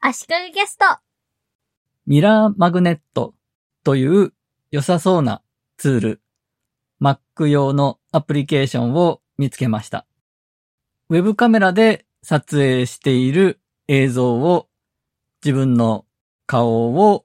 足利キャスト。 ミラーマグネットという良さそうなツール、Mac 用のアプリケーションを見つけました。ウェブカメラで撮影している映像を自分の顔を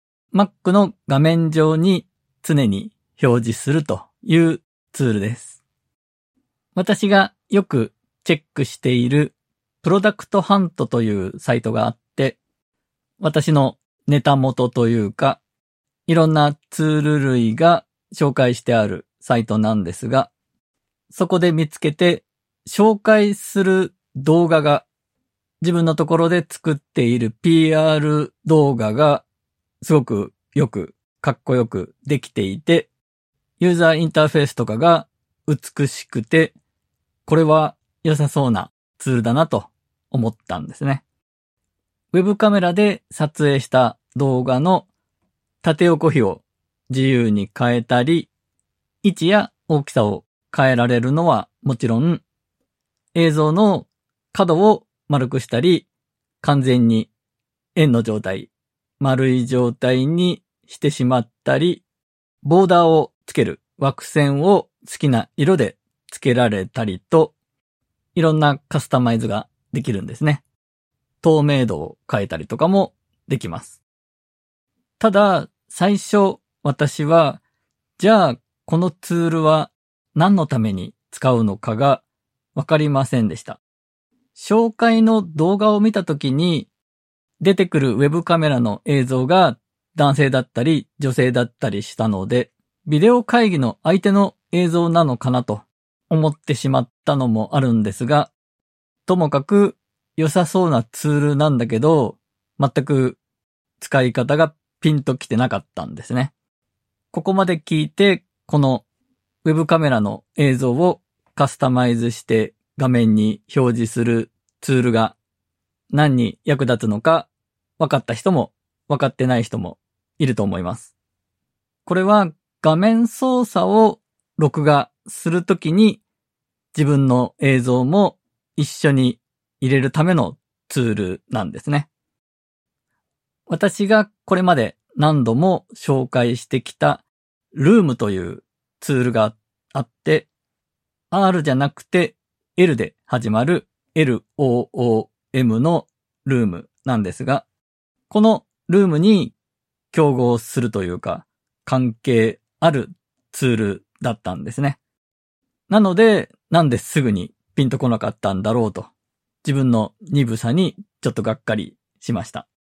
Mac の画面上に常に表示するというツールです。私がよくチェックしているプロダクトハントというサイトがあって、私のネタ元というか、いろんなツール類が紹介してあるサイトなんですが、そこで見つけて紹介する動画が自分のところで作っている PR 動画がすごくよくかっこよくできていて、ユーザーインターフェースとかが美しくて、これは良さそうなツールだなと思ったんですね。ウェブカメラで撮影した動画の縦横比を自由に変えたり、位置や大きさを変えられるのはもちろん、映像の角を丸くしたり、完全に円の状態、丸い状態にしてしまったり、ボーダーをつける枠線を好きな色でつけられたりと、いろんなカスタマイズができるんですね。透明度を変えたりとかもできます。ただ、最初私は、じゃあこのツールは何のために使うのかがわかりませんでした。紹介の動画を見たときに出てくるウェブカメラの映像が男性だったり女性だったりしたので、ビデオ会議の相手の映像なのかなと思ってしまったのもあるんですが、ともかく良さそうなツールなんだけど、全く使い方がピンときてなかったんですね。ここまで聞いて、このウェブカメラの映像をカスタマイズして画面に表示するツールが何に役立つのか分かった人も分かってない人もいると思います。これは画面操作を録画するときに自分の映像も一緒に入れるためのツールなんですね。私がこれまで何度も紹介してきた Loom というツールがあって、R じゃなくて L で始まる LOOM の Loom なんですが、この Loom に競合するというか関係あるツールだったんですね。なので、なんですぐにピンとこなかったんだろうと、自分の鈍さにちょっとがっかりしました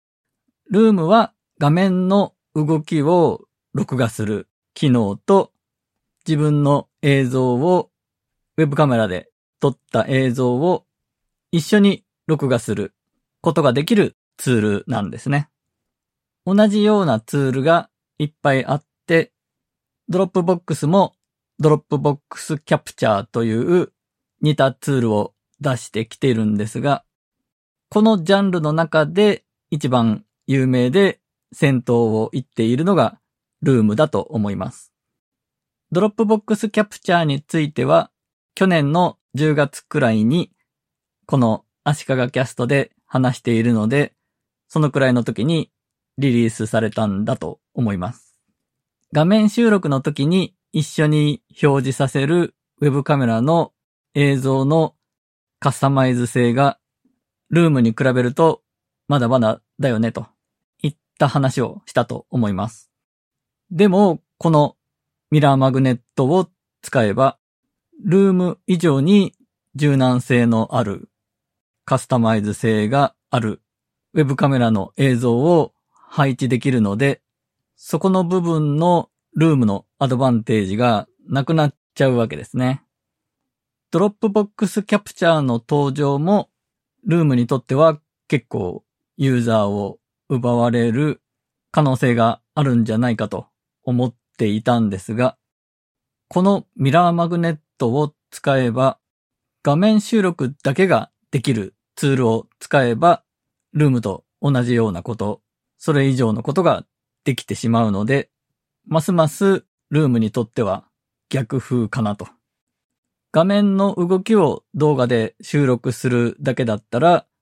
。Loom は画面の動きを録画する機能と、自分の映像をウェブカメラで撮った映像を一緒に録画することができるツールなんですね。同じようなツールがいっぱいあって、ドロップボックスもドロップボックスキャプチャーという似たツールを出してきているんですが、このジャンルの中で一番有名で先頭を行っているのが Loom だと思います。ドロップボックスキャプチャーについては去年の10月くらいにこの足利キャストで話しているので、そのくらいの時にリリースされたんだと思います。画面収録の時に一緒に表示させるウェブカメラの映像のカスタマイズ性がLoomに比べるとまだまだだよねといった話をしたと思います。でもこのミラーマグネットを使えばLoom以上に柔軟性のあるカスタマイズ性があるウェブカメラの映像を配置できるので、そこの部分のLoomのアドバンテージがなくなっちゃうわけですね。ドロップボックスキャプチャーの登場もLoomにとっては結構ユーザーを奪われる可能性があるんじゃないかと思っていたんですが、このミラーマグネットを使えば画面収録だけができるツールを使えばLoomと同じようなこと、それ以上のことができてしまうので、ますますLoomにとっては逆風かなと。画面の動きを動画で収録するだけだったら、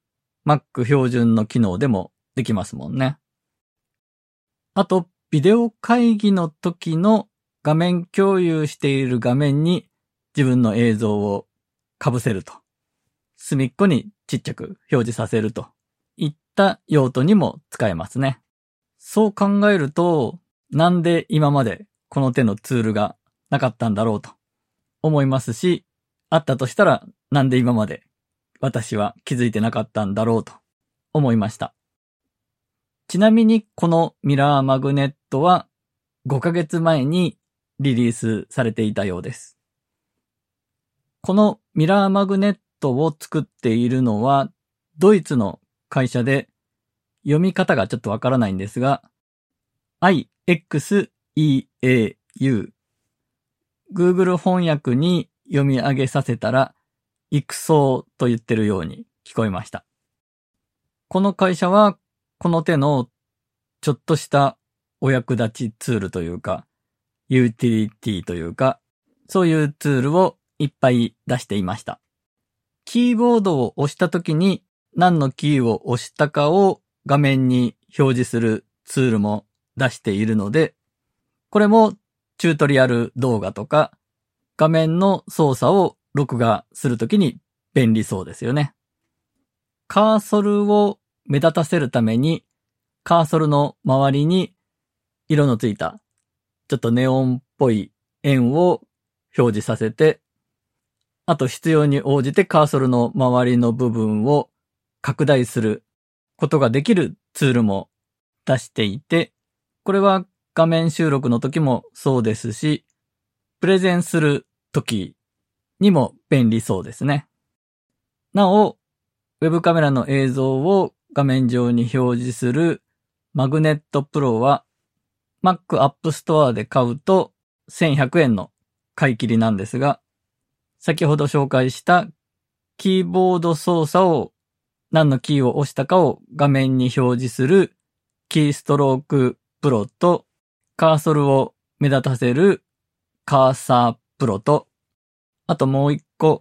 Mac 標準の機能でもできますもんね。あと、ビデオ会議の時の画面共有している画面に自分の映像を被せると。隅っこにちっちゃく表示させるといった用途にも使えますね。そう考えると、なんで今までこの手のツールがなかったんだろうと思いますし、あったとしたらなんで今まで私は気づいてなかったんだろうと思いました。ちなみにこのミラーマグネットは5ヶ月前にリリースされていたようです。このミラーマグネットを作っているのはドイツの会社で、読み方がちょっとわからないんですが、IXEAU。Google 翻訳に読み上げさせたら、育草と言ってるように聞こえました。この会社は、この手のちょっとしたお役立ちツールというか、ユーティリティというか、そういうツールをいっぱい出していました。キーボードを押したときに何のキーを押したかを画面に表示するツールも出しているので、これもチュートリアル動画とか画面の操作を録画するときに便利そうですよね。カーソルを目立たせるためにカーソルの周りに色のついたちょっとネオンっぽい円を表示させて、あと必要に応じてカーソルの周りの部分を拡大することができるツールも出していて、これは画面収録の時もそうですし、プレゼンする時にも便利そうですね。なお、ウェブカメラの映像を画面上に表示するマグネットプロは Mac App Store で買うと1100円の買い切りなんですが、先ほど紹介したキーボード操作を何のキーを押したかを画面に表示するキーストロークプロとカーソルを目立たせるカーサープロと、あともう一個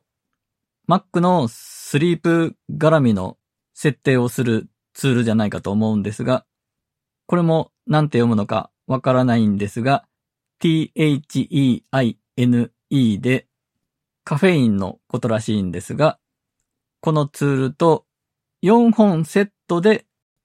Mac のスリープ絡みの設定をするツールじゃないかと思うんですが、これも何て読むのかわからないんですが THEINE でカフェインのことらしいんですが、このツールと4本セットで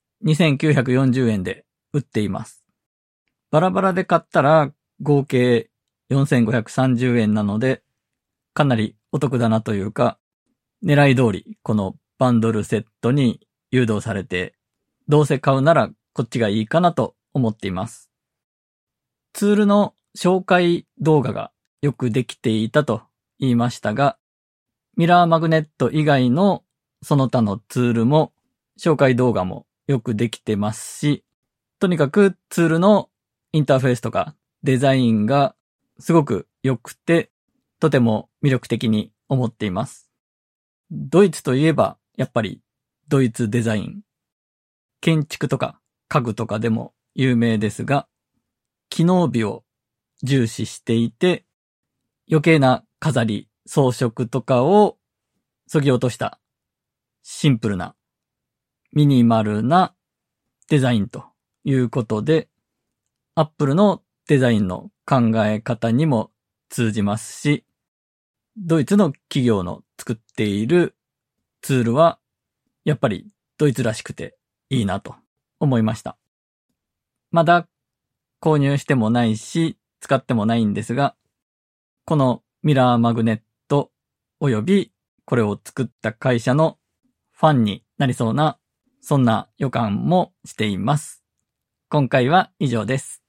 2940円で売っています。バラバラで買ったら合計4530円なので、かなりお得だなというか、狙い通りこのバンドルセットに誘導されて、どうせ買うならこっちがいいかなと思っています。ツールの紹介動画がよくできていたと言いましたが、ミラーマグネット以外のその他のツールも紹介動画もよくできてますし、とにかくツールのインターフェースとかデザインがすごく良くて、とても魅力的に思っています。ドイツといえばやっぱりドイツデザイン、建築とか家具とかでも有名ですが、機能美を重視していて、余計な飾り、装飾とかを削ぎ落としたシンプルなミニマルなデザインということで、Apple のデザインの考え方にも通じますし、ドイツの企業の作っているツールはやっぱりドイツらしくていいなと思いました。まだ購入してもないし使ってもないんですが、このミラーマグネットおよびこれを作った会社のファンになりそうな、そんな予感もしています。今回は以上です。